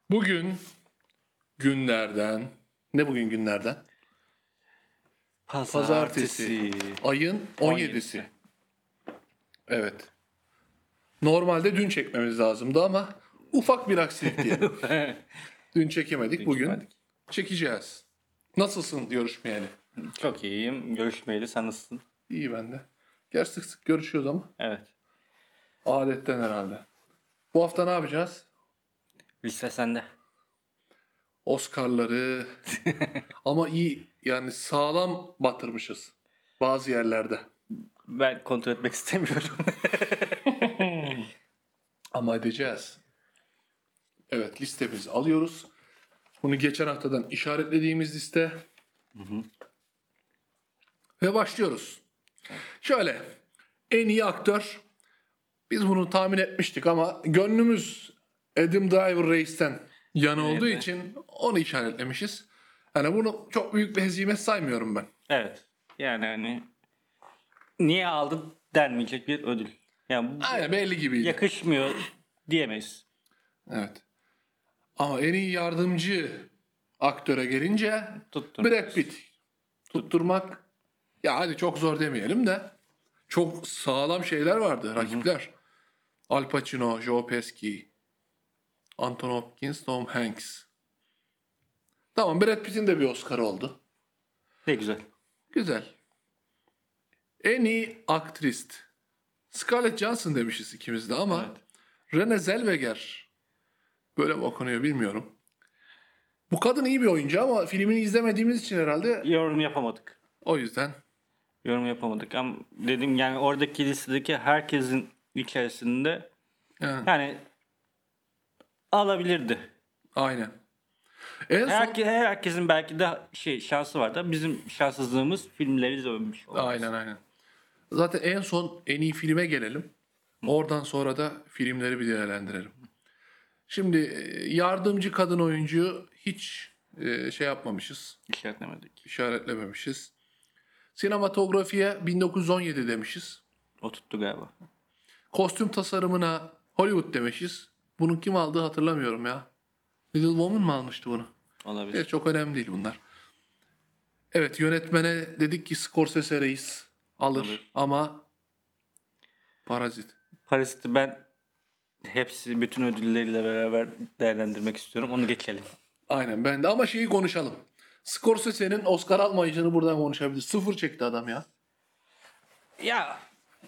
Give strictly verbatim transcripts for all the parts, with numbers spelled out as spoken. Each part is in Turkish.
Bugün günlerden, ne bugün günlerden? Pazartesi. Ayın on yedisi. Evet. Normalde dün çekmemiz lazımdı ama ufak bir aksilik diyelim. Dün çekemedik. Dün Bugün çekemedik. çekeceğiz. Nasılsın görüşmeyeli? Çok iyiyim. Görüşmeyeli. Sen nasılsın? İyi ben de. Gerçi sık sık görüşüyoruz ama Evet. adetten herhalde. Bu hafta ne yapacağız? Liste sende. Oscar'ları ama iyi yani sağlam batırmışız bazı yerlerde. Ben kontrol etmek istemiyorum. Ama edeceğiz. Evet, listemizi alıyoruz. Bunu geçen haftadan işaretlediğimiz liste. Hı hı. Ve başlıyoruz. Şöyle, en iyi aktör. Biz bunu tahmin etmiştik ama gönlümüz Adam Driver Reis'ten yana olduğu Evet. için onu işaretlemişiz. Yani bunu çok büyük bir hezimet saymıyorum ben. Evet. Yani hani niye aldın denmeyecek bir ödül. Yani bu Aynen belli gibiydi. yakışmıyor diyemeyiz. Evet. Ama en iyi yardımcı aktöre gelince Tuttum. Brad Pitt. Tutturmak ya hadi çok zor demeyelim de çok sağlam şeyler vardı, rakipler. Al Pacino, Joe Pesci, Anthony Hopkins, Tom Hanks. Tamam, Brad Pitt'in de bir Oscar oldu. Ne güzel. Güzel. En iyi aktrist. Scarlett Johansson demişiz ikimiz de ama Evet. Renée Zellweger. Böyle mi okunuyor bilmiyorum. Bu kadın iyi bir oyuncu ama filmini izlemediğimiz için herhalde Yorum yapamadık. o yüzden. Yorum yapamadık ama dedim yani oradaki listedeki herkesin içerisinde Yani, yani alabilirdi. aynen. En son, Her, herkesin belki de şey şansı var da bizim şanssızlığımız filmleri izlememiş olmamız. aynen aynen. Zaten en son en iyi filme gelelim. Oradan sonra da filmleri bir değerlendirelim. Şimdi e, yardımcı kadın oyuncuyu hiç e, şey yapmamışız. İşaretlemedik. İşaretlememişiz. Sinematografiye bin dokuz yüz on yedi demişiz. O tuttu galiba. Kostüm tasarımına Hollywood demişiz. Bunun kim aldığı hatırlamıyorum ya. Little Woman mı almıştı bunu? Olabilir. Evet, çok önemli değil bunlar. Evet, yönetmene dedik ki Scorsese reis alır, Alır. ama Parazit. Parazit'i ben hepsi bütün ödülleriyle beraber değerlendirmek istiyorum. Onu geçelim. Aynen, ben de ama şeyi konuşalım. Scorsese'nin Oscar almayışını buradan konuşabiliriz. Sıfır çekti adam ya. Ya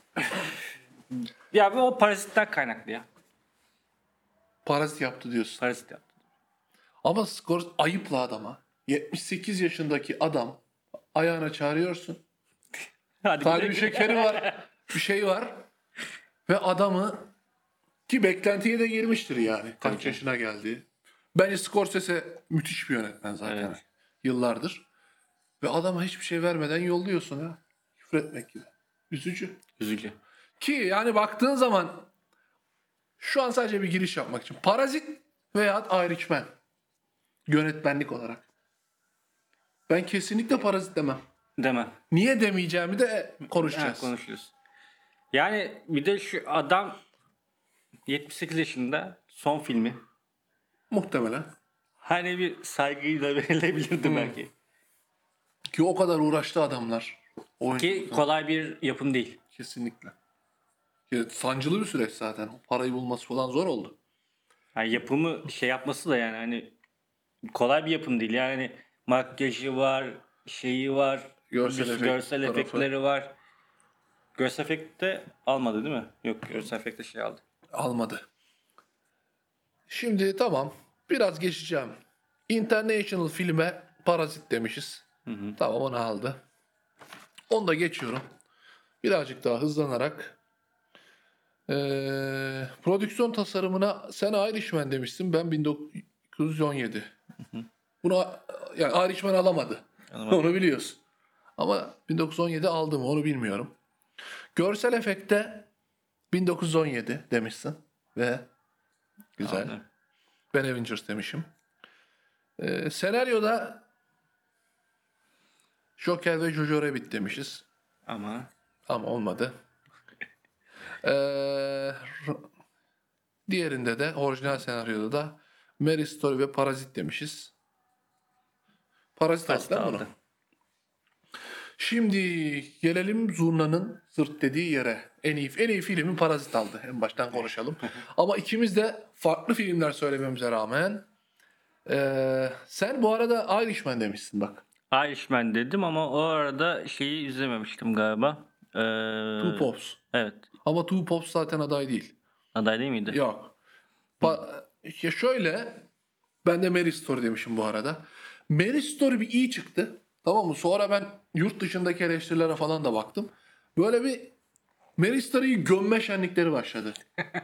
ya bu o Parazit'ten kaynaklı ya. Parazit yaptı diyorsun. Parazit yaptı. Ama Scorsese ayıpla adama. yetmiş sekiz yaşındaki adam ayağına çağırıyorsun. Hadi Kalbi güle güle. şekeri var. Bir şey var. Ve adamı ki beklentiye de girmiştir yani. Kaç Tabii. yaşına geldi. Bence Scorsese müthiş bir yönetmen zaten. Evet. Yıllardır. Ve adama hiçbir şey vermeden yolluyorsun ya. Küfür etmek gibi. Üzücü. Üzücü. Ki yani baktığın zaman şu an sadece bir giriş yapmak için. Parazit veya Irishman. Yönetmenlik olarak. Ben kesinlikle Parazit demem. Demem. Niye demeyeceğimi de konuşacağız. Ha, konuşuyoruz. Yani bir de şu adam yetmiş sekiz yaşında son filmi. Muhtemelen. Hani bir saygıyla verilebilirdi belki. Ki o kadar uğraştı adamlar. Oyun. Ki kolay bir yapım değil. Kesinlikle. Ya, sancılı bir süreç zaten. O parayı bulması falan zor oldu. Yani yapımı şey yapması da yani hani kolay bir yapım değil. Yani makyajı var, şeyi var, Görsel bir- efekt görsel tarafı. efektleri var. Görsel efekte almadı değil mi? Yok, görsel efekte şey aldı. Almadı. Şimdi tamam. Biraz geçeceğim. International filme Parazit demişiz. Hı hı. Tamam, onu aldı. Onu da geçiyorum. Birazcık daha hızlanarak. Ee, prodüksiyon tasarımına sen Irishman demişsin. Ben bin dokuz yüz on yedi. Bunu yani Irishman alamadı. Alamadı. Onu biliyorsun. Ama bin dokuz yüz on yedi aldı mı onu bilmiyorum. Görsel efekte bin dokuz yüz on yedi demişsin. Ve güzel. Aldı. Ben Avengers demişim. Ee, senaryoda Joker ve Jojo Rabbit demişiz. Ama Ama olmadı. Ee, r- diğerinde de orijinal senaryoda da Marriage Story ve Parazit demişiz. Parazit, Parazit aldı değil mi aldı. bunu? Şimdi gelelim Zurna'nın zırt dediği yere. En iyi, en iyi filmin Parazit aldı. En baştan konuşalım. Ama ikimiz de farklı filmler söylememize rağmen ee, sen bu arada Irishman demişsin bak. Irishman dedim ama o arada şeyi izlememiştim galiba. Ee, Two Popes. Evet. Ama Two Popes zaten aday değil. Aday değil miydi? Yok. Pa- ya şöyle, ben de Marriage Story demişim bu arada. Marriage Story bir iyi çıktı. Tamam mı? Sonra ben yurt dışındaki eleştirilere falan da baktım. Böyle bir Marriage Story'yi gömme şenlikleri başladı.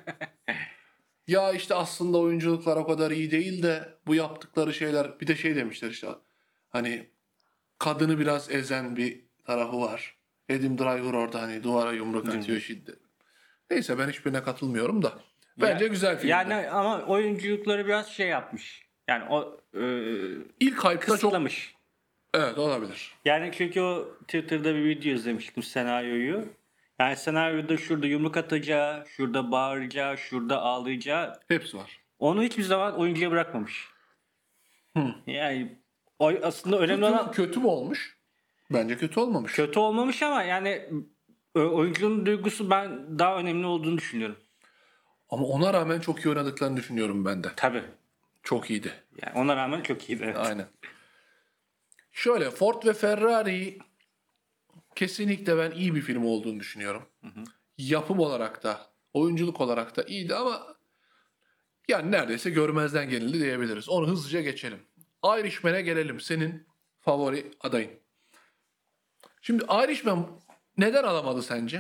Ya işte aslında oyunculuklar o kadar iyi değil de bu yaptıkları şeyler, bir de şey demişler işte, hani kadını biraz ezen bir tarafı var. Adam Driver orada hani duvara yumruk atıyor şiddet. Neyse, ben hiçbirine katılmıyorum da. Bence Ya- güzel film. Yani ama oyunculukları biraz şey yapmış. Yani o e, İlk hype'da çok... kısıtlamış. Evet, olabilir. Yani çünkü o Twitter'da bir video izlemiştim, senaryoyu. Yani senaryoda şurada yumruk atacağı, şurada bağıracağı, şurada ağlayacağı, Hepsi var. onu hiçbir zaman oyuncuya bırakmamış. Hı. Yani o aslında önemli Kötü, olan kötü mü olmuş? Bence kötü olmamış. kötü olmamış ama yani ö- oyuncunun duygusu ben daha önemli olduğunu düşünüyorum. Ama ona rağmen çok iyi oynadıklarını düşünüyorum ben de. Tabii. Çok iyiydi. Yani ona rağmen çok iyiydi. Evet. Aynen. Şöyle, Ford ve Ferrari kesinlikle ben iyi bir film olduğunu düşünüyorum. Hı hı. Yapım olarak da, oyunculuk olarak da iyiydi ama yani neredeyse görmezden gelindi diyebiliriz. Onu hızlıca geçelim. Irishman'e gelelim. Senin favori adayın. Şimdi Irishman neden alamadı sence?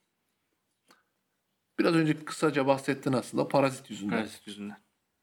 Biraz önce kısaca bahsettin aslında, Parazit yüzünden. Parazit yüzünden.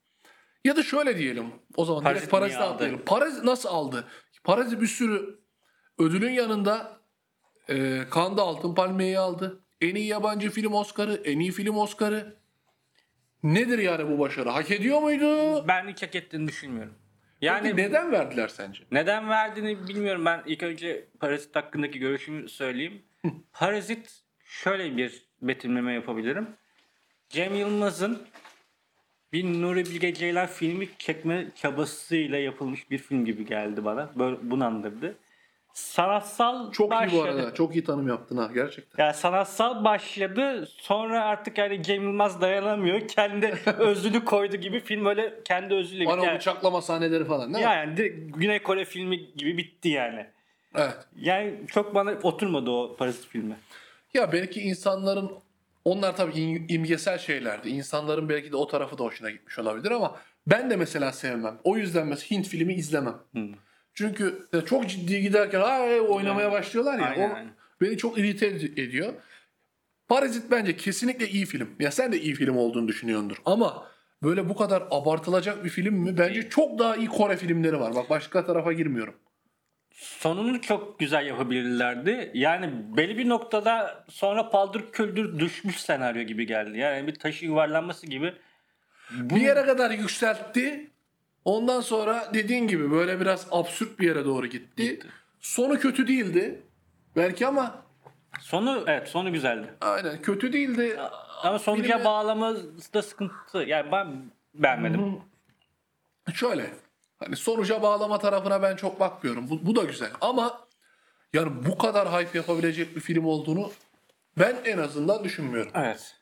Ya da şöyle diyelim. O zaman Parazit direkt Parazit'i niye aldı? atlayalım. Parazit nasıl aldı? Parazit bir sürü ödülün yanında e, Cannes'da Altın Palmiye'yi aldı. En iyi yabancı film Oscar'ı, en iyi film Oscar'ı. Nedir yani bu başarı? Hak ediyor muydu? Ben hiç hak ettiğini düşünmüyorum. Yani Peki neden verdiler sence? neden verdiğini bilmiyorum. Ben ilk önce Parazit hakkındaki görüşümü söyleyeyim. Parazit şöyle bir betimleme yapabilirim. Cem Yılmaz'ın bir Nuri Bilge Ceylan filmi çekme çabasıyla yapılmış bir film gibi geldi bana. Böyle bunu andırdı. Sanatsal Çok başladı. iyi bu arada. Çok iyi tanım yaptın ha, gerçekten. Yani sanatsal başladı. Sonra artık yani Cem Yılmaz dayanamıyor. Kendi özünü koydu gibi film öyle kendi özüyle Hani o yani, bıçaklama sahneleri falan değil mi? yani direkt Güney Kore filmi gibi bitti yani. Evet. Yani çok bana oturmadı o Parazit filmi. Ya belki insanların, onlar tabii im- imgesel şeylerdi. İnsanların belki de o tarafı da hoşuna gitmiş olabilir ama ben de mesela sevmem. O yüzden mesela Hint filmi izlemem. Hmm. Çünkü çok ciddi giderken ay oynamaya Yani, başlıyorlar ya. aynen, o aynen. beni çok irite ed- ediyor. Parazit bence kesinlikle iyi film. Ya sen de iyi film olduğunu düşünüyordur. Ama böyle bu kadar abartılacak bir film mi? Bence çok daha iyi Kore filmleri var. Bak, başka tarafa girmiyorum. Sonunu çok güzel yapabilirlerdi. Yani belli bir noktada sonra paldır küldür düşmüş senaryo gibi geldi. Yani bir taşı yuvarlanması gibi. Bu, Bir yere kadar yükseltti. Ondan sonra dediğin gibi böyle biraz absürt bir yere doğru gitti. Gitti. Sonu kötü değildi. Belki ama sonu evet sonu güzeldi. aynen kötü değildi. Ama sonuca Filmi- bağlaması da sıkıntı. Yani ben beğenmedim. Şöyle, hani sonuca bağlama tarafına ben çok bakmıyorum. Bu, bu da güzel ama yani bu kadar hype yapabilecek bir film olduğunu ben en azından düşünmüyorum. Evet.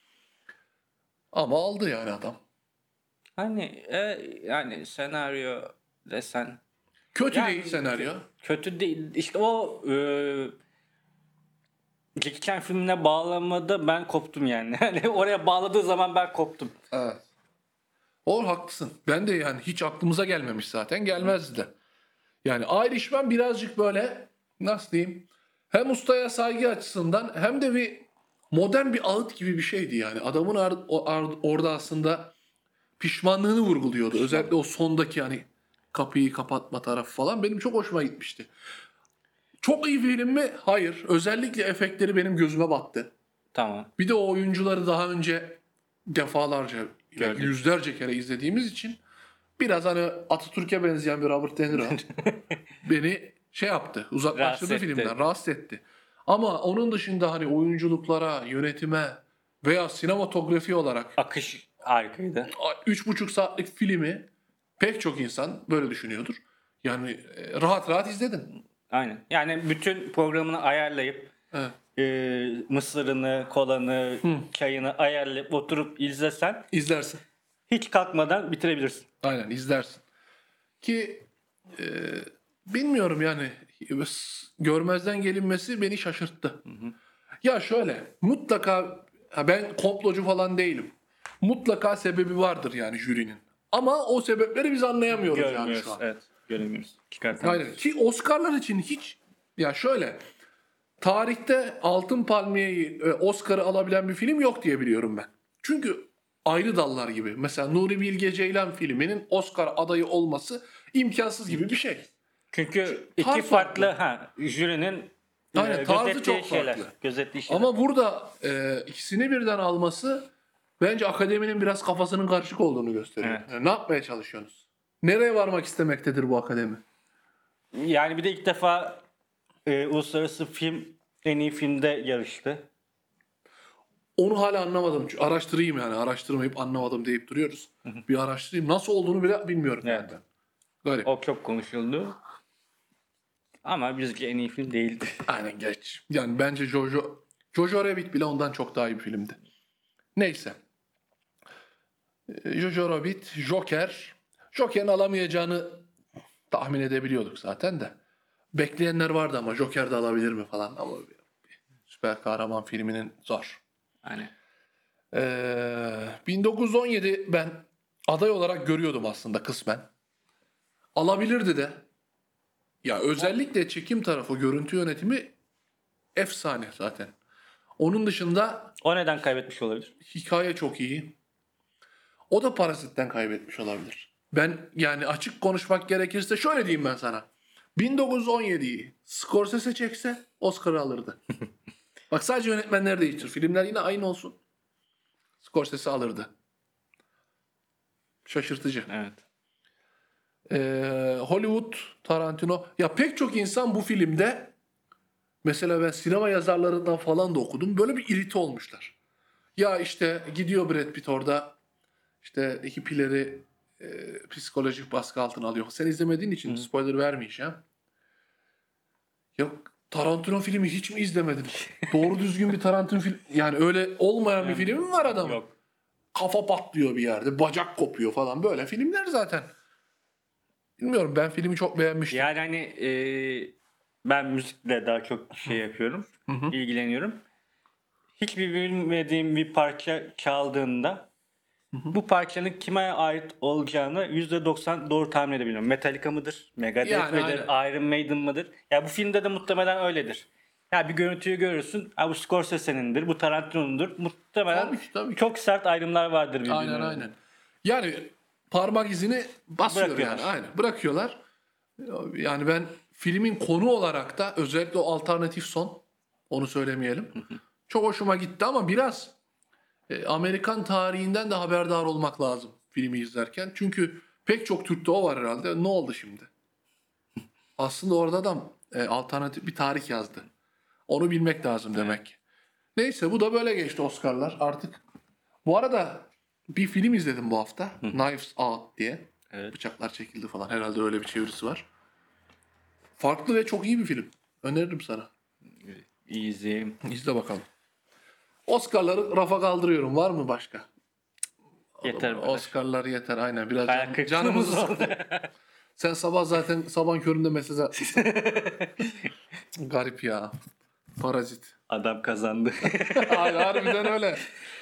Ama aldı yani adam. Hani e, yani senaryo desen Kötü Yani- değil senaryo. kötü değil. İşte o e, Jackie Chan filmine bağlamada ben koptum yani. Hani oraya bağladığı zaman ben koptum. Evet. O haklısın. Ben de yani hiç aklımıza gelmemiş zaten. Gelmezdi de. Yani Irishman birazcık böyle, nasıl diyeyim, hem ustaya saygı açısından hem de bir modern bir ağıt gibi bir şeydi yani. Adamın ar- o- ar- orada aslında pişmanlığını vurguluyordu. Özellikle o sondaki hani kapıyı kapatma tarafı falan benim çok hoşuma gitmişti. Çok iyi film mi? Hayır. Özellikle efektleri benim gözüme battı. Tamam. Bir de o oyuncuları daha önce defalarca, Gördük. yüzlerce kere izlediğimiz için biraz hani Atatürk'e benzeyen bir Robert De Niro beni şey yaptı, uzaklaştırdı Rahatsız etti. filmden, rahatsız etti. Ama onun dışında hani oyunculuklara, yönetime veya sinematografi olarak Akış harikaydı. üç buçuk saatlik filmi Pek çok insan böyle düşünüyordur. Yani e, rahat rahat izledin. Aynen. Yani bütün programını ayarlayıp Evet. e, mısırını, kolanı, çayını ayarlayıp oturup izlesen İzlersin. hiç kalkmadan bitirebilirsin. Aynen izlersin. Ki e, bilmiyorum yani görmezden gelinmesi beni şaşırttı. Hı hı. Ya şöyle mutlaka ben komplocu falan değilim. Mutlaka sebebi vardır yani jürinin. Ama o sebepleri biz anlayamıyoruz yani Görmüyoruz. şu an. Evet, göremiyoruz. Aynen. Ki Oscar'lar için hiç ya şöyle tarihte Altın Palmiye'yi Oscar'ı alabilen bir film yok diye biliyorum ben. Çünkü ayrı dallar gibi. Mesela Nuri Bilge Ceylan filminin Oscar adayı olması imkansız gibi bir şey. Çünkü iki Tarz farklı farklı. ha jürinin Aynen, e, tarzı gözettiği çok şeyler. farklı. Gözettiği şeyler. Ama burada e, ikisini birden alması bence akademinin biraz kafasının karışık olduğunu gösteriyor. Evet. Yani ne yapmaya çalışıyorsunuz? Nereye varmak istemektedir bu akademi? Yani bir de ilk defa e, uluslararası film en iyi filmde yarıştı. Onu hala anlamadım. Çünkü araştırayım yani. Araştırmayıp anlamadım deyip duruyoruz. Bir araştırayım. Nasıl olduğunu bile bilmiyorum. Evet. Yani ben. Garip. O çok konuşuldu. Ama bizce en iyi film değildi. Aynen geç. Yani bence Jojo Jojo Rabbit bile ondan çok daha iyi bir filmdi. Neyse. Ee, Jojo Rabbit, Joker. Joker'in alamayacağını tahmin edebiliyorduk zaten de. Bekleyenler vardı ama Joker de alabilir mi falan. Ama süper kahraman filminin zor. Hani Ee, bin dokuz yüz on yedi ben aday olarak görüyordum aslında kısmen. Alabilirdi de. Ya özellikle çekim tarafı, görüntü yönetimi efsane zaten. Onun dışında o neden kaybetmiş olabilir? hikaye çok iyi. O da Parazit'ten kaybetmiş olabilir. Ben yani açık konuşmak gerekirse şöyle diyeyim ben sana. bin dokuz yüz on yediyi Scorsese çekse Oscar'ı alırdı. Bak sadece yönetmenler değiştir. Filmler yine aynı olsun. Scorsese alırdı. Şaşırtıcı. Evet. Ee, Hollywood, Tarantino. Ya pek çok insan bu filmde mesela ben sinema yazarlarından falan da okudum. Böyle bir irite olmuşlar. Ya işte gidiyor Brad Pitt orada işte hippileri e, psikolojik baskı altına alıyor. Sen izlemediğin için Hı. spoiler vermeyeceğim. Ya Tarantino filmi hiç mi izlemedin? Doğru düzgün bir Tarantino film yani öyle olmayan bir film mi var adamın? Yok. Kafa patlıyor bir yerde, bacak kopuyor falan böyle filmler zaten. Bilmiyorum ben filmi çok beğenmiştim. Yani hani e, ben müzikle daha çok şey yapıyorum. Hı hı. ilgileniyorum. Hiçbir bilmediğim bir parça çaldığında bu parçanın kime ait olacağını yüzde doksan doğru tahmin edebiliyorum. Metallica mıdır? Megadeth Yani midir? aynen. Iron Maiden mıdır? Ya bu filmde de muhtemelen öyledir. Ya bir görüntüyü görürsün. Ha bu Scorsese'nindir, bu Tarantino'nundur. Muhtemelen Tabii ki, tabii ki. çok sert ayrımlar vardır birbirine. Aynen aynen. Yani parmak izini basıyor Bırakıyorlar. yani. Aynen. Bırakıyorlar. Yani ben filmin konu olarak da özellikle o alternatif son onu söylemeyelim. Çok hoşuma gitti ama biraz e, Amerikan tarihinden de haberdar olmak lazım filmi izlerken. Çünkü pek çok Türk'te o var herhalde. Ne oldu şimdi? Aslında orada adam e, alternatif bir tarih yazdı. Onu bilmek lazım demek. Neyse bu da böyle geçti Oscar'lar. Artık bu arada bir film izledim bu hafta. Knives Out diye. Evet. Bıçaklar çekildi falan. Herhalde öyle bir çevirisi var. Farklı ve çok iyi bir film. Öneririm sana. Easy. İzle bakalım. Oscar'ları rafa kaldırıyorum. Var mı başka? Yeter bu kadar. Oscar'lar yeter aynen. Biraz Hayal can- kırıklığımız canımızı oldu. sıktı. Sen sabah zaten sabahın köründe mesaj atmışsın. Garip ya. Parazit. Adam kazandı. Aynen, harbiden öyle.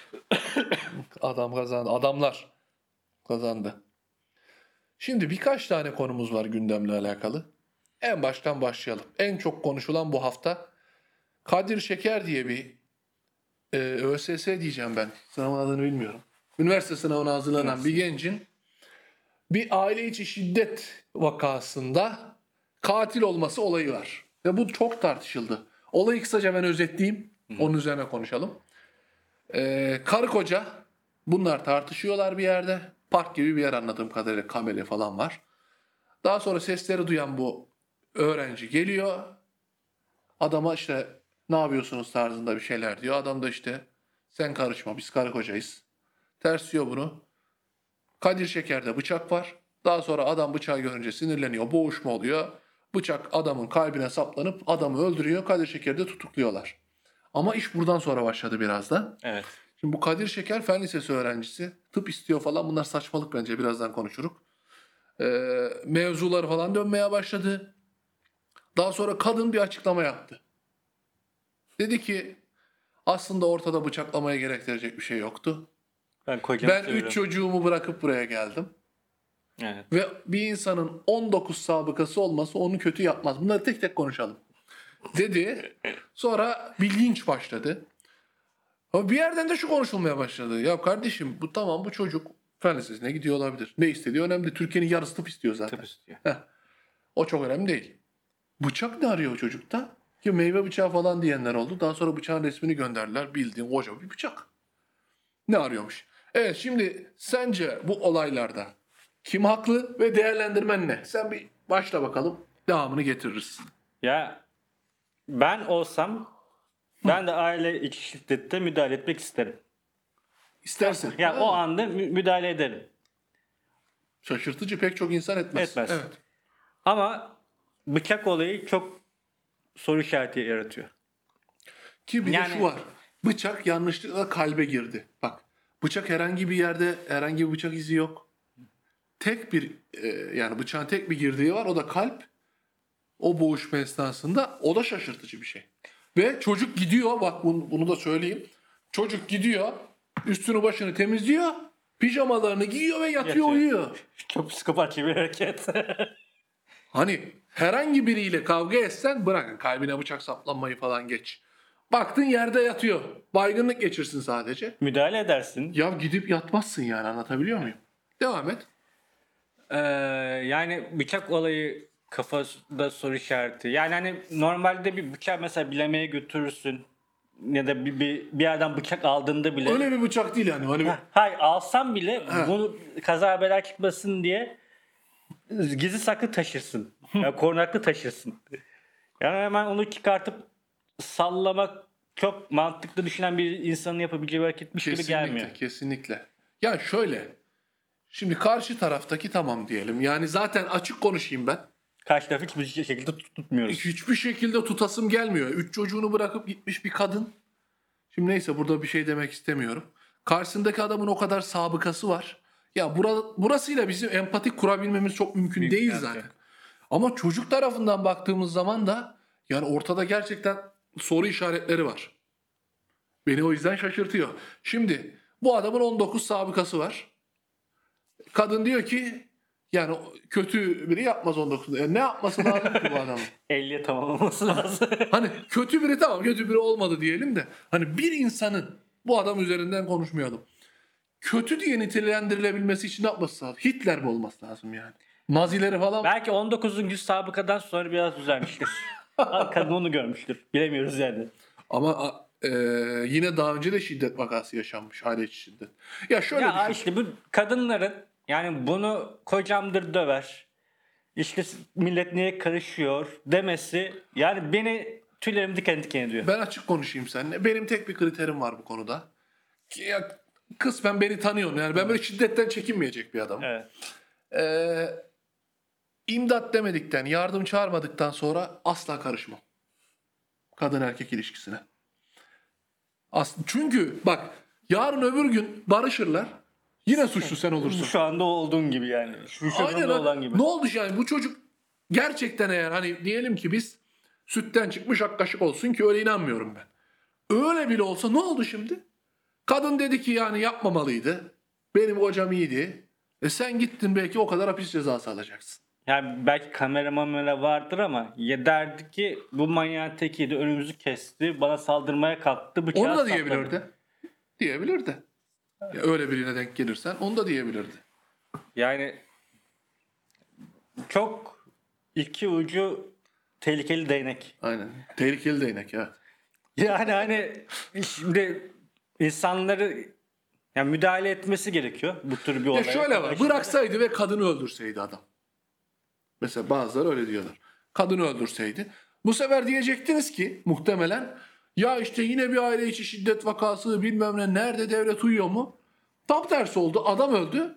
Adam kazandı. Adamlar kazandı. Şimdi birkaç tane konumuz var gündemle alakalı. En baştan başlayalım. En çok konuşulan bu hafta Kadir Şeker diye bir e, ÖSS diyeceğim ben. Sınavın adını bilmiyorum. Üniversite sınavına hazırlanan bir gencin bir aile içi şiddet vakasında katil olması olayı var. Ve bu çok tartışıldı. Olayı kısaca ben özetleyeyim. Onun üzerine konuşalım. Ee, karı koca bunlar tartışıyorlar bir yerde. Park gibi bir yer anladığım kadarıyla kamera falan var. Daha sonra sesleri duyan bu öğrenci geliyor. Adama işte ne yapıyorsunuz tarzında bir şeyler diyor. Adam da işte sen karışma biz karı kocayız. Tersliyor bunu. Kadir Şeker'de bıçak var. Daha sonra adam bıçağı görünce sinirleniyor. Boğuşma oluyor. Bıçak adamın kalbine saplanıp adamı öldürüyor. Kadir Şeker'i de tutukluyorlar. Ama iş buradan sonra başladı biraz da. Evet. Şimdi bu Kadir Şeker fen lisesi öğrencisi. Tıp istiyor falan. Bunlar saçmalık bence. Birazdan konuşuruz. Ee, mevzuları falan dönmeye başladı. Daha sonra kadın bir açıklama yaptı. Dedi ki aslında ortada bıçaklamaya gerektirecek bir şey yoktu. Ben kocamı Ben seviyorum. üç çocuğumu bırakıp buraya geldim. Evet. Ve bir insanın on dokuz sabıkası olması onu kötü yapmaz. Bunları tek tek konuşalım. Dedi. Sonra bir linç başladı. Ama bir yerden de şu konuşulmaya başladı. Ya kardeşim bu tamam bu çocuk fen lisesine gidiyor olabilir. Ne istediği önemli değil. Türkiye'nin yarısı tıp istiyor zaten. Tıp istiyor. Heh. O çok önemli değil. Bıçak ne arıyor o çocukta? Ki meyve bıçağı falan diyenler oldu. Daha sonra bıçağın resmini gönderdiler. Bildiğin koca bir bıçak. Ne arıyormuş? Evet şimdi sence bu olaylarda kim haklı ve değerlendirmen ne? Sen bir başla bakalım. Devamını getiririz. Ya ben olsam ben de aile içi şiddette müdahale etmek isterim. İstersin. Ya Ha. o anda mü- müdahale ederim. Şaşırtıcı pek çok insan etmez. Etmez. Evet. Ama bıçak olayı çok soru işareti yaratıyor. Ki bir Yani- de şu var. Bıçak yanlışlıkla kalbe girdi. Bak bıçak herhangi bir yerde herhangi bir bıçak izi yok. Tek bir e, yani bıçağın tek bir girdiği var o da kalp. O boğuşma esnasında o da şaşırtıcı bir şey. Ve çocuk gidiyor bak bunu, bunu da söyleyeyim. Çocuk gidiyor üstünü başını temizliyor. Pijamalarını giyiyor ve yatıyor, Yatıyor. uyuyor. Çok psikopatça bir hareket. Hani herhangi biriyle kavga etsen bırakın kalbine bıçak saplanmayı falan geç. Baktın yerde yatıyor. Baygınlık geçirsin sadece. müdahale edersin. Ya gidip yatmazsın yani anlatabiliyor muyum? Devam et. Ee, yani bıçak olayı kafasında soru işareti. Yani hani normalde bir bıçak mesela bilemeye götürürsün. Ya da bir, bir, bir yerden bıçak aldığında bile. Öyle bir bıçak değil yani. Hani bir- Hayır alsam bile Ha. bunu kaza bela çıkmasın diye gizli saklı taşırsın. Yani korunaklı taşırsın. Yani hemen onu çıkartıp sallamak çok mantıklı düşünen bir insanın yapabileceği bir hareketmiş gibi gelmiyor. kesinlikle, kesinlikle. Ya şöyle. Şimdi karşı taraftaki tamam diyelim. Yani zaten açık konuşayım ben. Karşı tarafı hiçbir şekilde tut- tutmuyoruz. Hiçbir şekilde tutasım gelmiyor. Üç çocuğunu bırakıp gitmiş bir kadın. Şimdi neyse burada bir şey demek istemiyorum. Karşısındaki adamın o kadar sabıkası var. Ya bura, burasıyla bizim empati kurabilmemiz çok mümkün Büyük değil bir zaten. empati. Ama çocuk tarafından baktığımız zaman da yani ortada gerçekten soru işaretleri var. Beni o yüzden şaşırtıyor. Şimdi bu adamın on dokuz sabıkası var. Kadın diyor ki yani kötü biri yapmaz on dokuz. Yani ne yapması lazım ki bu adamın? elliye tamamlaması lazım. Hani kötü biri tamam kötü biri olmadı diyelim de hani bir insanın bu adam üzerinden konuşmayalım. Kötü diye nitelendirilebilmesi için ne yapması lazım? Hitler mi olması lazım yani? Nazileri falan. Belki on dokuzuncu sabıkadan sonra biraz düzelmiştir. Kadın onu görmüştür. Bilemiyoruz yani. Ama a- e, yine daha önce de şiddet vakası yaşanmış. Aile içi şiddet. Ya şöyle Ya düşün. işte bu kadınların yani bunu kocamdır döver. İşte millet niye karışıyor demesi yani beni tüylerim diken diken ediyor. Ben açık konuşayım seninle. Benim tek bir kriterim var bu konuda. Ki ya, kısmen beni tanıyorsun. Yani ben böyle şiddetten çekinmeyecek bir adamım. Evet. Ee, imdat demedikten, yardım çağırmadıktan sonra asla karışmam. Kadın erkek ilişkisine. Aslında çünkü bak yarın öbür gün barışırlar. Yine suçlu sen olursun. Şu anda olduğun gibi yani. Şu şu Aynen. durumda olan ha. gibi. Ne oldu yani bu çocuk gerçekten eğer hani diyelim ki biz sütten çıkmış ak kaşık olsun ki öyle inanmıyorum ben. Öyle bile olsa ne oldu şimdi? Kadın dedi ki yani yapmamalıydı. Benim kocam iyiydi. E sen gittin belki o kadar hapis cezası alacaksın. Yani belki kamera mamera vardır ama ya derdi ki bu manyağın tekiydi önümüzü kesti bana saldırmaya kalktı bıçağı Onu da sapladı. diyebilirdi. Diyebilirdi. Ya öyle birine denk gelirsen onu da diyebilirdi. Yani çok iki ucu tehlikeli değnek. Aynen. Tehlikeli değnek ya. Yani hani şimdi insanları yani müdahale etmesi gerekiyor bu tür bir Ya olaya. şöyle var. Bıraksaydı ve kadını öldürseydi adam. Mesela bazıları öyle diyorlar. Kadını öldürseydi. Bu sefer diyecektiniz ki muhtemelen ya işte yine bir aile içi şiddet vakası bilmem ne nerede devlet uyuyor mu? Tam tersi oldu. Adam öldü.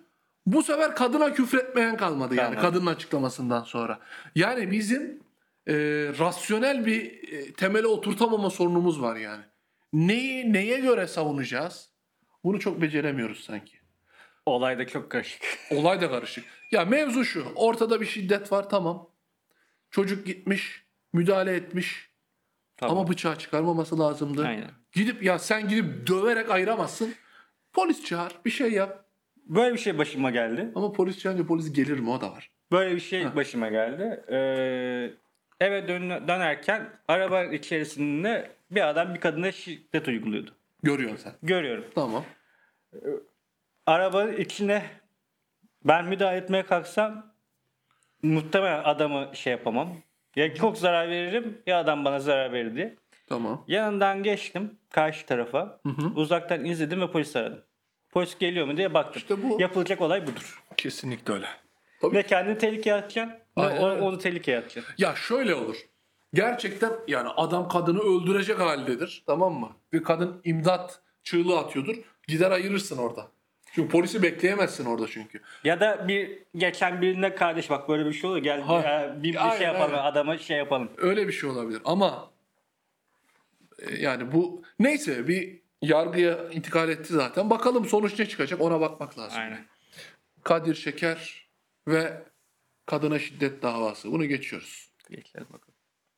Bu sefer kadına küfretmeyen kalmadı yani Kalmadı. kadının açıklamasından sonra. Yani bizim e, rasyonel bir e, temele oturtamama sorunumuz var yani. Neyi neye göre savunacağız? Bunu çok beceremiyoruz sanki. Olay da çok karışık. Olay da karışık. Ya mevzu şu. Ortada bir şiddet var, tamam. Çocuk gitmiş, müdahale etmiş. Tamam. Ama bıçağı çıkarmaması lazımdı. Aynen. Gidip ya sen gidip döverek ayıramazsın. Polis çağır, bir şey yap. Böyle bir şey başıma geldi. Ama polis çağırınca polis gelir mi, o da var. Böyle bir şey Heh. başıma geldi. Ee, eve dön- dönerken araba içerisinde bir adam bir kadına şiddet uyguluyordu. Görüyorsun sen. Görüyorum. Tamam. Arabanın içine ben müdahale etmeye kalksam muhtemelen adamı şey yapamam. Ya çok zarar veririm ya adam bana zarar verirdi. Tamam. Yanından geçtim karşı tarafa. Hı hı. Uzaktan izledim ve polis aradım. Polis geliyor mu diye baktım. İşte bu. Yapılacak olay budur. Kesinlikle öyle. Tabii. Ne kendini tehlikeye atacaksın ne Aynen o- öyle. onu tehlikeye atacaksın. Ya şöyle olur. Gerçekten yani adam kadını öldürecek haldedir. Tamam mı? Ve kadın imdat çığlığı atıyordur. Gider ayırırsın orada. Çünkü polisi bekleyemezsin orada çünkü. Ya da bir geçen birine kardeş bak böyle bir şey olur gel Ha. ya, bir, bir Aynen, şey yapalım aynen. adama şey yapalım. Öyle bir şey olabilir ama e, yani bu neyse bir yargıya intikal etti zaten. Bakalım sonuç ne çıkacak, ona bakmak lazım. Aynen. Kadir Şeker ve kadına şiddet davası. Bunu geçiyoruz. Geçelim bakalım.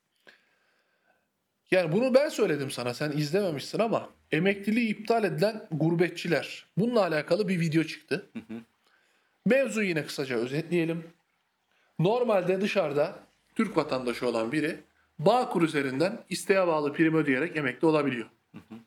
Yani bunu ben söyledim sana. Sen izlememişsin ama emekliliği iptal edilen gurbetçiler. Bununla alakalı bir video çıktı. Hı hı. Mevzuyu yine kısaca özetleyelim. Normalde dışarıda Türk vatandaşı olan biri Bağkur üzerinden isteğe bağlı prim ödeyerek emekli olabiliyor. Hı hı.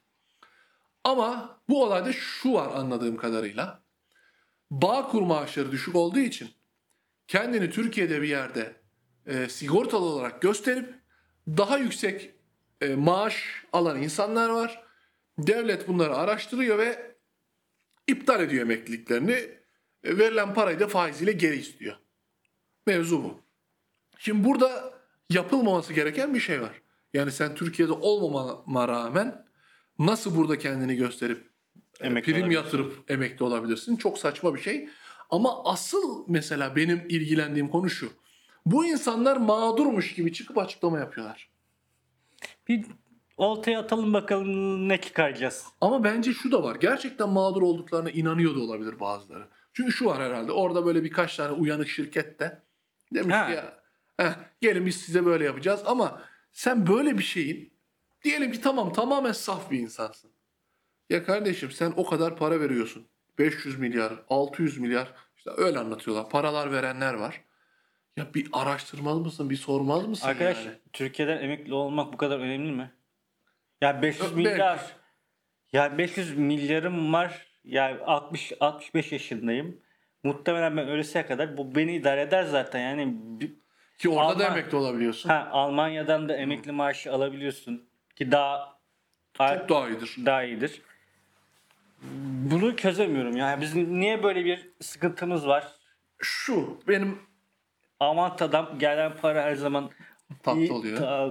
Ama bu olayda şu var anladığım kadarıyla. Bağkur maaşları düşük olduğu için kendini Türkiye'de bir yerde e, sigortalı olarak gösterip daha yüksek e, maaş alan insanlar var. Devlet bunları araştırıyor ve iptal ediyor emekliliklerini. E, verilen parayı da faiziyle geri istiyor. Mevzu bu. Şimdi burada yapılmaması gereken bir şey var. Yani sen Türkiye'de olmamana rağmen nasıl burada kendini gösterip e, Emekli prim olabilirsin. yatırıp emekli olabilirsin? Çok saçma bir şey. Ama asıl mesela benim ilgilendiğim konu şu. Bu insanlar mağdurmuş gibi çıkıp açıklama yapıyorlar. Bir oltaya atalım bakalım ne çıkaracağız. Ama bence şu da var. Gerçekten mağdur olduklarına inanıyor da olabilir bazıları. Çünkü şu var herhalde. Orada böyle birkaç tane uyanık şirket de demiş Ha. ki ya heh, gelin biz size böyle yapacağız. Ama sen böyle bir şeyin diyelim ki tamam tamamen saf bir insansın. Ya kardeşim sen o kadar para veriyorsun. beş yüz milyar, altı yüz milyar işte öyle anlatıyorlar. Paralar verenler var. Ya bir araştırmaz mısın? Bir sormaz mısın Arkadaş yani? Türkiye'den emekli olmak bu kadar önemli mi? Ya beş yüz Ö- milyar. belki. Ya beş yüz milyarım var. Ya altmış altmış beş yaşındayım. Muhtemelen ben öleseye kadar bu beni idare eder zaten. Yani bir- Ki orada da Alman- emekli olabiliyorsun. ha, Almanya'dan da emekli maaşı alabiliyorsun ki daha Çok daha iyidir. daha iyidir. Bunu çözemiyorum. Yani bizim niye böyle bir sıkıntımız var? Şu benim Avantadan gelen para her zaman tatlı iyi- oluyor. ta-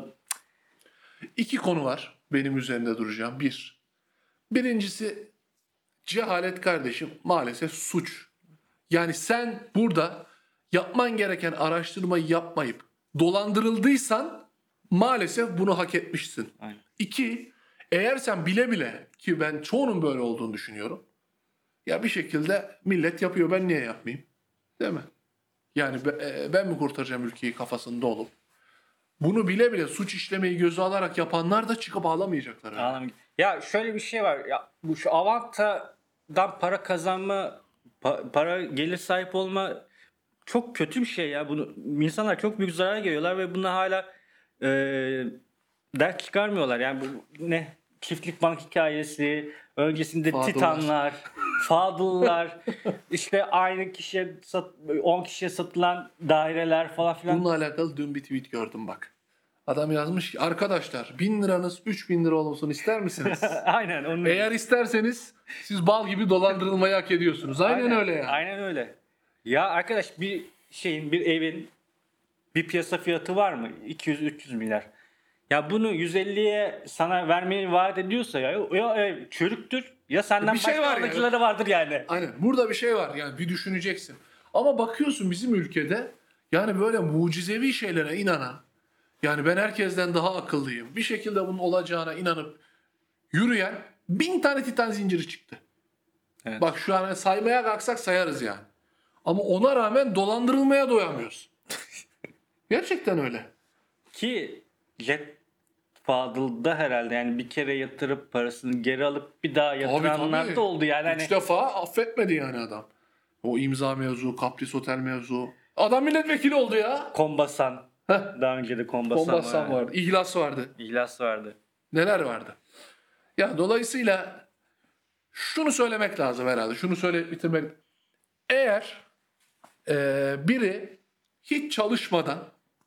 İki konu var benim üzerinde duracağım. Bir. Birincisi cehalet kardeşim maalesef suç. Yani sen burada yapman gereken araştırmayı yapmayıp dolandırıldıysan maalesef bunu hak etmişsin. Aynen. İki, eğer sen bile bile ki ben çoğunun böyle olduğunu düşünüyorum. Ya bir şekilde millet yapıyor ben niye yapmayayım? Değil mi? Yani be- e, ben mi kurtaracağım ülkeyi kafasında olup bunu bile bile suç işlemeyi göze alarak yapanlar da çıkıp ağlamayacaklar. öyle. Anladım. Ya şöyle bir şey var. Ya bu şu Avanta'dan para kazanma, pa- para gelir sahip olma çok kötü bir şey ya. Bunu insanlar çok büyük zarar görüyorlar ve buna hala e, dert çıkarmıyorlar. Yani bu ne çiftlik bank hikayesi, öncesinde Fadıllar. Titanlar, Fadıllar, işte aynı kişiye sat, on kişiye satılan daireler falan filan. Bununla alakalı dün bir tweet gördüm bak. Adam yazmış ki arkadaşlar bin liranız üç bin lira olsun ister misiniz? Aynen onun. Eğer isterseniz siz bal gibi dolandırılmayı hak ediyorsunuz. Aynen, öyle yani. Aynen öyle. Ya arkadaş bir şeyin bir evin bir piyasa fiyatı var mı? iki yüz üç yüz milyar. Ya bunu yüz elliye sana vermeyi vaat ediyorsa ya, ya ev çürüktür ya senden Bir şey başka var yani. alıcıları vardır yani. Aynen. Burada bir şey var yani bir düşüneceksin. Ama bakıyorsun bizim ülkede yani böyle mucizevi şeylere inanan, yani ben herkesten daha akıllıyım, bir şekilde bunun olacağına inanıp yürüyen bin tane Titan zinciri çıktı. Evet. Bak şu an saymaya kalksak sayarız yani. Ama ona rağmen dolandırılmaya doyamıyoruz. Gerçekten öyle. Ki Jet Fadıl'da herhalde yani bir kere yatırıp parasını geri alıp bir daha yatıranlar tabii. da oldu yani. Hani Üç defa affetmedi yani adam. O imza mevzu, Kapris Otel mevzu. Adam milletvekili oldu ya. Kombasan. Heh. Daha önce de Kombasan, Kombasan var. vardı. İhlas vardı. İhlas vardı. Neler vardı. Ya dolayısıyla şunu söylemek lazım herhalde. Şunu söyle bitirmek. Eğer e, biri hiç çalışmadan,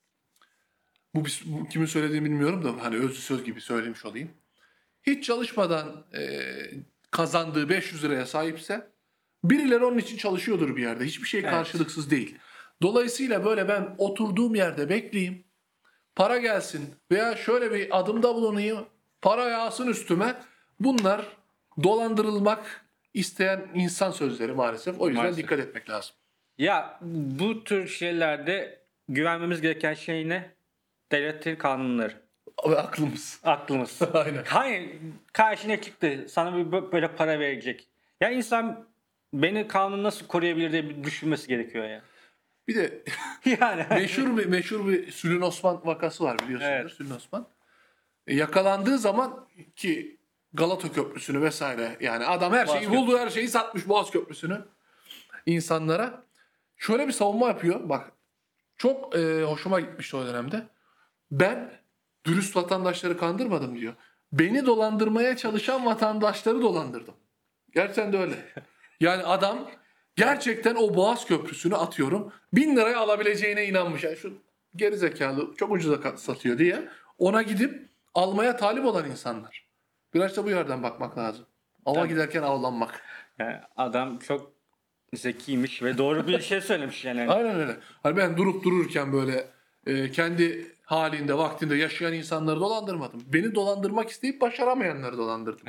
bu, bu kimin söylediğini bilmiyorum da hani özlü söz gibi söylemiş olayım. Hiç çalışmadan e, kazandığı beş yüz liraya sahipse birileri onun için çalışıyordur bir yerde. Hiçbir şey Evet. karşılıksız değil. Dolayısıyla böyle ben oturduğum yerde bekleyeyim, para gelsin veya şöyle bir adımda bulunayım, para yağsın üstüme. Bunlar dolandırılmak isteyen insan sözleri maalesef. O yüzden Maalesef. dikkat etmek lazım. Ya bu tür şeylerde güvenmemiz gereken şey ne? Devletin kanunları. Ve aklımız. Aklımız. Aynen. Hayır, karşına çıktı. Sana bir bö- böyle para verecek. Ya insan beni kanun nasıl koruyabilir diye bir düşünmesi gerekiyor ya. Bir de Yani meşhur bir meşhur bir Sülün Osman vakası var biliyorsunuz. Evet. Sülün Osman. E, yakalandığı zaman ki Galata Köprüsü'nü vesaire yani adam her Boğaz şeyi buldu, her şeyi satmış Boğaz Köprüsü'nü insanlara. Şöyle bir savunma yapıyor. Bak çok e, hoşuma gitmişti o dönemde. Ben dürüst vatandaşları kandırmadım diyor. Beni dolandırmaya çalışan vatandaşları dolandırdım. Gerçekten de öyle. Yani adam gerçekten o Boğaz Köprüsü'nü atıyorum bin liraya alabileceğine inanmış. Yani şu gerizekalı çok ucuza satıyor diye ona gidip almaya talip olan insanlar. Biraz da bu yerden bakmak lazım. Ava Tabii. giderken avlanmak. Yani adam çok zekiymiş ve doğru bir şey söylemiş yani. Aynen öyle. Hani ben durup dururken böyle e, kendi halinde, vaktinde yaşayan insanları dolandırmadım. Beni dolandırmak isteyip başaramayanları dolandırdım.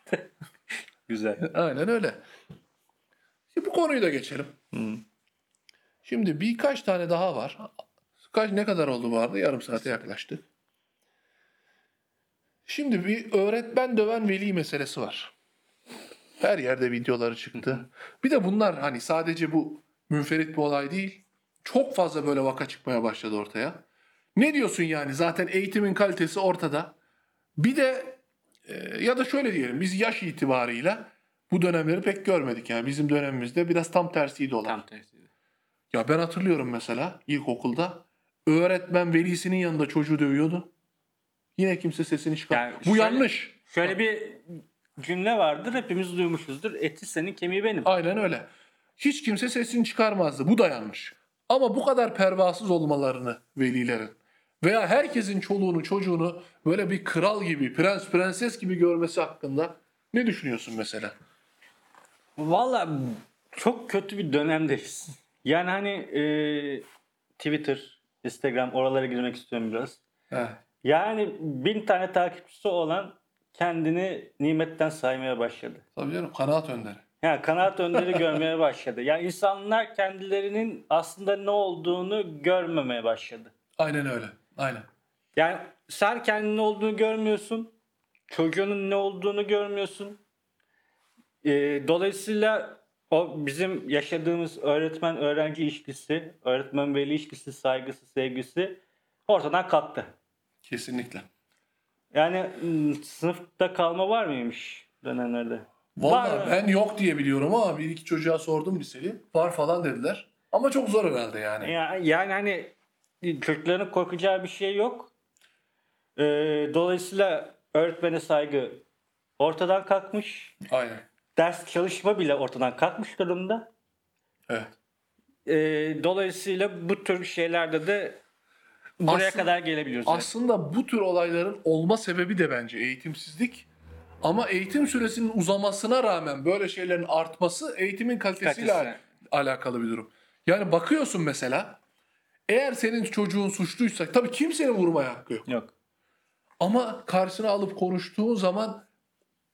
Güzel. Aynen öyle. Şimdi bu konuyu da geçelim. Hı. Şimdi birkaç tane daha var. Kaç ne kadar oldu bu arada? Yarım saate yaklaştı. Şimdi bir öğretmen döven veli meselesi var. Her yerde videoları çıktı. Bir de bunlar hani sadece bu münferit bir olay değil. Çok fazla böyle vaka çıkmaya başladı ortaya. Ne diyorsun yani? Zaten eğitimin kalitesi ortada. Bir de e, ya da şöyle diyelim. Biz yaş itibarıyla bu dönemleri pek görmedik. Yani bizim dönemimizde biraz tam tersiydi olay. Tam tersiydi. Ya ben hatırlıyorum mesela ilkokulda öğretmen velisinin yanında çocuğu dövüyordu. Yine kimse sesini çıkar. Yani Bu şöyle- yanlış. Şöyle bir cümle vardır, hepimiz duymuşuzdur. Eti senin, kemiği benim. Aynen öyle. Hiç kimse sesini çıkarmazdı. Bu da yanlış. Ama bu kadar pervasız olmalarını velilerin veya herkesin çoluğunu çocuğunu böyle bir kral gibi, prens prenses gibi görmesi hakkında ne düşünüyorsun mesela? Valla çok kötü bir dönemdeyiz. Yani hani e, Twitter, Instagram oralara girmek istiyorum biraz. He. Yani bin tane takipçisi olan kendini nimetten saymaya başladı. Tabii canım, kanaat önderi. Yani kanaat önderi görmeye başladı. Yani insanlar kendilerinin aslında ne olduğunu görmemeye başladı. Aynen öyle. Aynen. Yani sen kendinin ne olduğunu görmüyorsun. Çocuğunun ne olduğunu görmüyorsun. Ee, dolayısıyla o bizim yaşadığımız öğretmen-öğrenci ilişkisi, öğretmen-veli ilişkisi, saygısı, sevgisi ortadan kalktı. Kesinlikle. Yani ım, sınıfta kalma var mıymış dönemlerde? Vallahi Var. ben yok diye biliyorum ama bir iki çocuğa sordum liseli. Var falan dediler. Ama çok zor herhalde yani. Ya- Yani hani çocukların korkacağı bir şey yok. Ee, dolayısıyla öğretmene saygı ortadan kalkmış. Aynen. Ders çalışma bile ortadan kalkmış durumda. Evet. Ee, dolayısıyla bu tür şeylerde de buraya Aslında- kadar gelebiliyoruz. yani. Aslında bu tür olayların olma sebebi de bence eğitimsizlik. Ama eğitim süresinin uzamasına rağmen böyle şeylerin artması eğitimin kalitesiyle Kalitesi. alakalı bir durum. Yani bakıyorsun mesela eğer senin çocuğun suçluysa tabii kimsenin vurmaya hakkı yok. Yok. Ama karşısına alıp konuştuğun zaman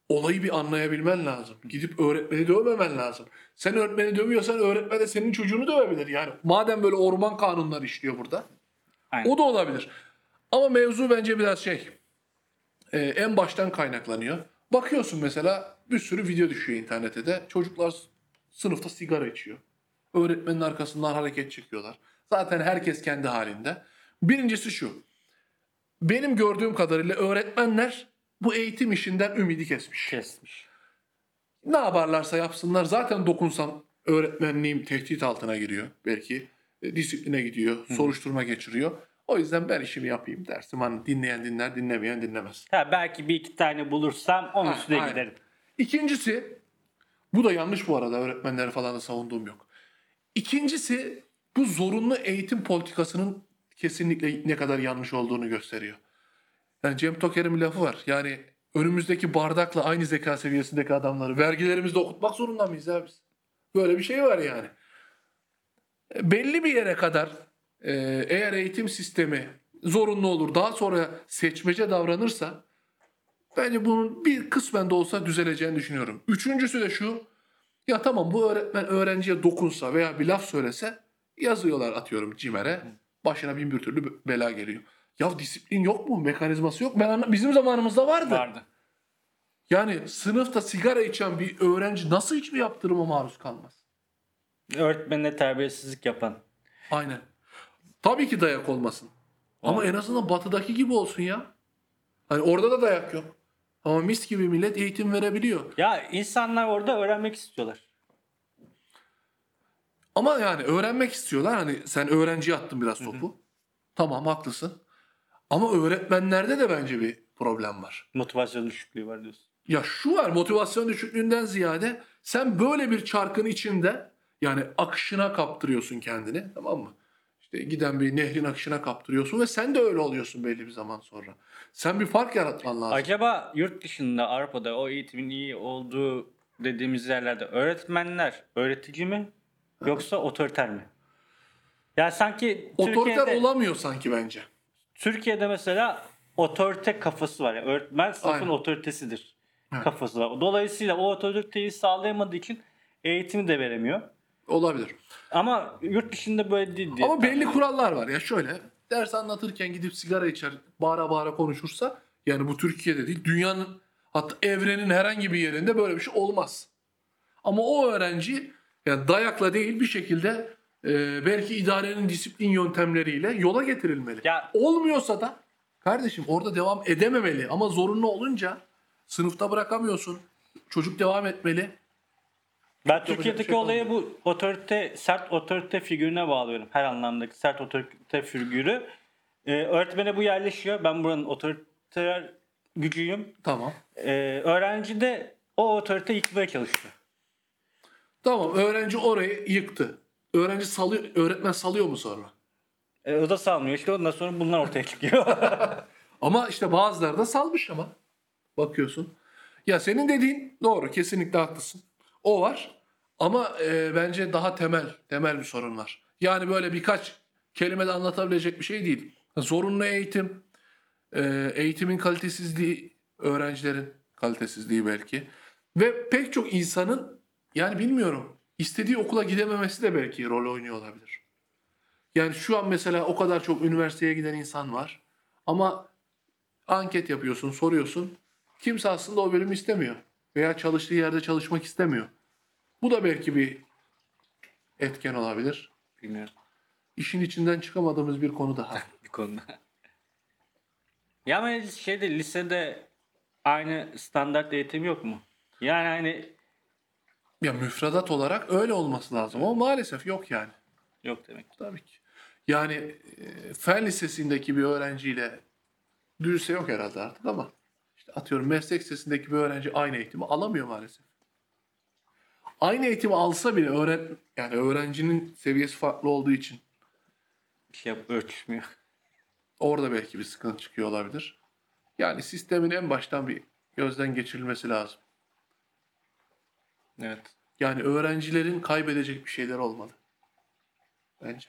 olayı bir anlayabilmen lazım. Gidip öğretmeni dövmemen lazım. Sen öğretmeni dövüyorsan öğretmen de senin çocuğunu dövebilir. Yani madem böyle orman kanunları işliyor burada. Aynen. O da olabilir. Ama mevzu bence biraz şey. e, en baştan kaynaklanıyor. Bakıyorsun mesela bir sürü video düşüyor internete de. Çocuklar sınıfta sigara içiyor. Öğretmenin arkasından hareket çekiyorlar. Zaten herkes kendi halinde. Birincisi şu. Benim gördüğüm kadarıyla öğretmenler bu eğitim işinden ümidi kesmiş. Kesmiş. Ne yaparlarsa yapsınlar. Zaten dokunsam öğretmenliğim tehdit altına giriyor. Belki e, disipline gidiyor. Soruşturma geçiriyor. O yüzden ben işimi yapayım dersim. Hani dinleyen dinler, dinlemeyen dinlemez. Ha, belki bir iki tane bulursam onun Ha, üstüne aynen. giderim. İkincisi, bu da yanlış bu arada. Öğretmenleri falan da savunduğum yok. İkincisi, bu zorunlu eğitim politikasının kesinlikle ne kadar yanlış olduğunu gösteriyor. Yani Cem Toker'in bir lafı var. Yani önümüzdeki bardakla aynı zeka seviyesindeki adamları vergilerimizde okutmak zorunda mıyız abi biz? Böyle bir şey var yani. E, Belli bir yere kadar e, eğer eğitim sistemi zorunlu olur, daha sonra seçmece davranırsa bence bunun bir kısmen de olsa düzeleceğini düşünüyorum. Üçüncüsü de şu. Ya tamam, bu öğretmen öğrenciye dokunsa veya bir laf söylese yazıyorlar, atıyorum CİMER'e. Başına bin bir türlü bela geliyor. Ya disiplin yok mu? Mekanizması yok. Ben anla- bizim zamanımızda vardı. Vardı. Yani sınıfta sigara içen bir öğrenci nasıl hiçbir yaptırıma maruz kalmaz? Öğretmenine terbiyesizlik yapan. Aynen. Tabii ki dayak olmasın. Ama en azından batıdaki gibi olsun ya. Hani orada da dayak yok. Ama mis gibi millet eğitim verebiliyor. Ya insanlar orada öğrenmek istiyorlar. Ama yani öğrenmek istiyorlar. Hani sen öğrenciye attın biraz topu. Tamam, haklısın. Ama öğretmenlerde de bence bir problem var. Motivasyon düşüklüğü var diyorsun. Ya şu var, motivasyon düşüklüğünden ziyade sen böyle bir çarkın içinde, yani akışına kaptırıyorsun kendini, tamam mı? İşte giden bir nehrin akışına kaptırıyorsun ve sen de öyle oluyorsun belli bir zaman sonra. Sen bir fark yaratman lazım. Acaba yurt dışında, Avrupa'da o eğitimin iyi olduğu dediğimiz yerlerde öğretmenler öğretici mi yoksa otoriter mi? Ya sanki Otoriter Türkiye'de, olamıyor sanki bence. Türkiye'de mesela otorite kafası var. Yani öğretmen sınıfın Aynen. otoritesidir Evet. kafası var. Dolayısıyla o otoriteyi sağlayamadığı için eğitimi de veremiyor. Olabilir. Ama yurt dışında böyle değil diye. Ama belli kurallar var ya, şöyle ders anlatırken gidip sigara içer, bağıra bağıra konuşursa, yani bu Türkiye'de değil, dünyanın, hatta evrenin herhangi bir yerinde böyle bir şey olmaz. Ama o öğrenci yani dayakla değil, bir şekilde e, belki idarenin disiplin yöntemleriyle yola getirilmeli. Ya- Olmuyorsa da kardeşim orada devam edememeli, ama zorunlu olunca sınıfta bırakamıyorsun. Çocuk devam etmeli. Ben Türkiye'deki şey olayı bu otorite, sert otorite figürüne bağlıyorum. Her anlamdaki sert otorite figürü. Ee, öğretmene bu yerleşiyor. Ben buranın otoriter gücüyüm. Tamam. Ee, öğrenci de o otorite yıkmaya çalışıyor. Tamam, öğrenci orayı yıktı. Öğrenci salıyor, öğretmen salıyor mu sonra? Ee, o da salmıyor. İşte ondan sonra bunlar ortaya çıkıyor. Ama işte bazıları da salmış ama. Bakıyorsun. Ya senin dediğin doğru, kesinlikle haklısın. O var. Ama e, bence daha temel, temel bir sorun var. Yani böyle birkaç kelimede anlatabilecek bir şey değil. Zorunlu eğitim, e, eğitimin kalitesizliği, öğrencilerin kalitesizliği belki. Ve pek çok insanın, yani bilmiyorum, istediği okula gidememesi de belki rol oynuyor olabilir. Yani şu an mesela o kadar çok üniversiteye giden insan var. Ama anket yapıyorsun, soruyorsun. Kimse aslında o bölümü istemiyor. Veya çalıştığı yerde çalışmak istemiyor. Bu da belki bir etken olabilir. Bilmiyorum İşin içinden çıkamadığımız bir konu daha. bir konuda. Ya ama şeyde lisede aynı standart eğitim yok mu? Yani hani Ya müfredat olarak öyle olması lazım ama maalesef yok yani. yok demek. Tabii ki. Yani e, fen lisesindeki bir öğrenciyle düz lise yok herhalde artık, ama işte atıyorum meslek lisesindeki bir öğrenci aynı eğitimi alamıyor maalesef. Aynı eğitimi alsa bile öğren yani öğrencinin seviyesi farklı olduğu için Bir şey yap, örtüşmüyor. orada belki bir sıkıntı çıkıyor olabilir. Yani sistemin en baştan bir gözden geçirilmesi lazım. Evet. Yani öğrencilerin kaybedecek bir şeyler olmalı. Bence.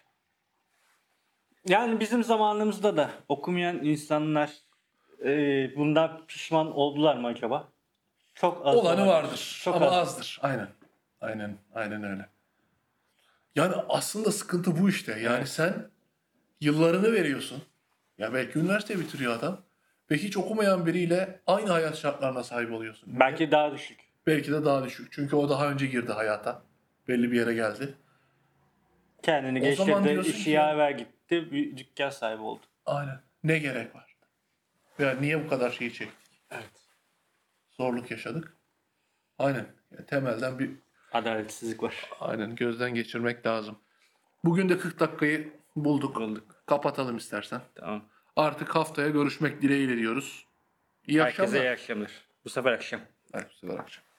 Yani bizim zamanımızda da okumayan insanlar e, bundan pişman oldular mı acaba? Çok az Olanı olabilir. vardır Çok ama az. azdır. Aynen. Aynen. Aynen öyle. Yani aslında sıkıntı bu işte. Yani Evet. sen yıllarını veriyorsun. Ya belki üniversite bitiriyor adam. Ve hiç okumayan biriyle aynı hayat şartlarına sahip oluyorsun. Niye? Belki daha düşük. Belki de daha düşük. Çünkü o daha önce girdi hayata. Belli bir yere geldi. Kendini O zaman geliştirdi, diyorsun işi ki- yaver gitti, bir dükkan sahibi oldu. Aynen. Ne gerek var? Ya niye bu kadar şeyi çektik? Evet. Zorluk yaşadık. Aynen. Yani temelden bir Adaletsizlik var. aynen gözden geçirmek lazım. Bugün de kırk dakikayı bulduk. Bulduk. Kapatalım istersen. Tamam. Artık haftaya görüşmek dileğiyle diyoruz. İyi Herkese akşamlar. iyi akşamlar. Bu sefer akşam. Evet, bu sefer akşam.